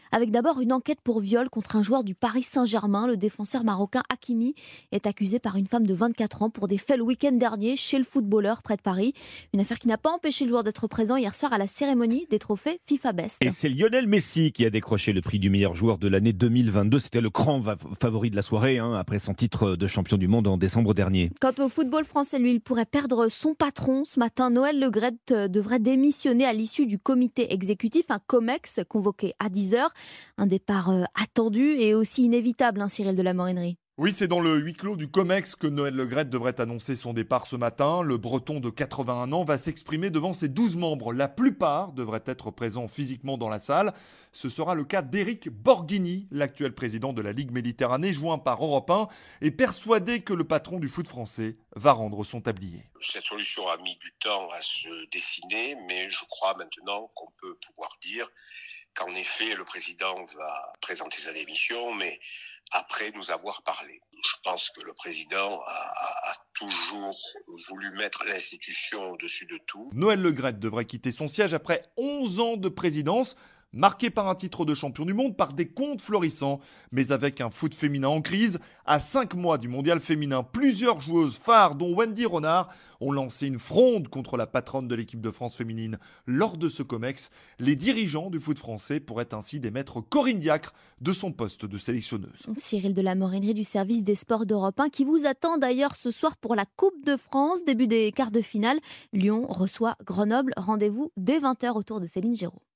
Avec d'abord une enquête pour viol contre un joueur du Paris Saint-Germain. Le défenseur marocain Hakimi est accusé par une femme de 24 ans pour des faits le week-end dernier chez le footballeur près de Paris. Une affaire qui n'a pas empêché le joueur d'être présent hier soir à la cérémonie des trophées FIFA Best. Et c'est Lionel Messi qui a décroché le prix du meilleur joueur de l'année 2022. C'était le grand favori de la soirée, après son titre de champion du monde en décembre dernier. Quant au football français, lui, il pourrait perdre son patron. Ce matin, Noël Le Graët devrait démissionner à l'issue du comité exécutif, un COMEX convoqué à 10 heures. Un départ attendu et aussi inévitable, Cyril de la Morinerie. Oui, c'est dans le huis clos du COMEX que Noël Le Graët devrait annoncer son départ ce matin. Le Breton de 81 ans va s'exprimer devant ses 12 membres. La plupart devraient être présents physiquement dans la salle. Ce sera le cas d'Éric Borghini, l'actuel président de la Ligue Méditerranée, joint par Europe 1, et persuadé que le patron du foot français va rendre son tablier. Cette solution a mis du temps à se dessiner, mais je crois maintenant qu'on peut pouvoir dire qu'en effet, le président va présenter sa démission, mais après nous avoir parlé. Je pense que le président a toujours voulu mettre l'institution au-dessus de tout. Noël Le Graët devrait quitter son siège après 11 ans de présidence, marqué par un titre de champion du monde, par des comptes florissants, mais avec un foot féminin en crise. À 5 mois du mondial féminin, plusieurs joueuses phares, dont Wendy Renard, ont lancé une fronde contre la patronne de l'équipe de France féminine. Lors de ce COMEX, les dirigeants du foot français pourraient ainsi démettre Corinne Diacre de son poste de sélectionneuse. Cyril de la Morinerie du service des sports d'Europe 1 qui vous attend d'ailleurs ce soir pour la Coupe de France, début des quarts de finale. Lyon reçoit Grenoble. Rendez-vous dès 20 heures autour de Céline Géraud.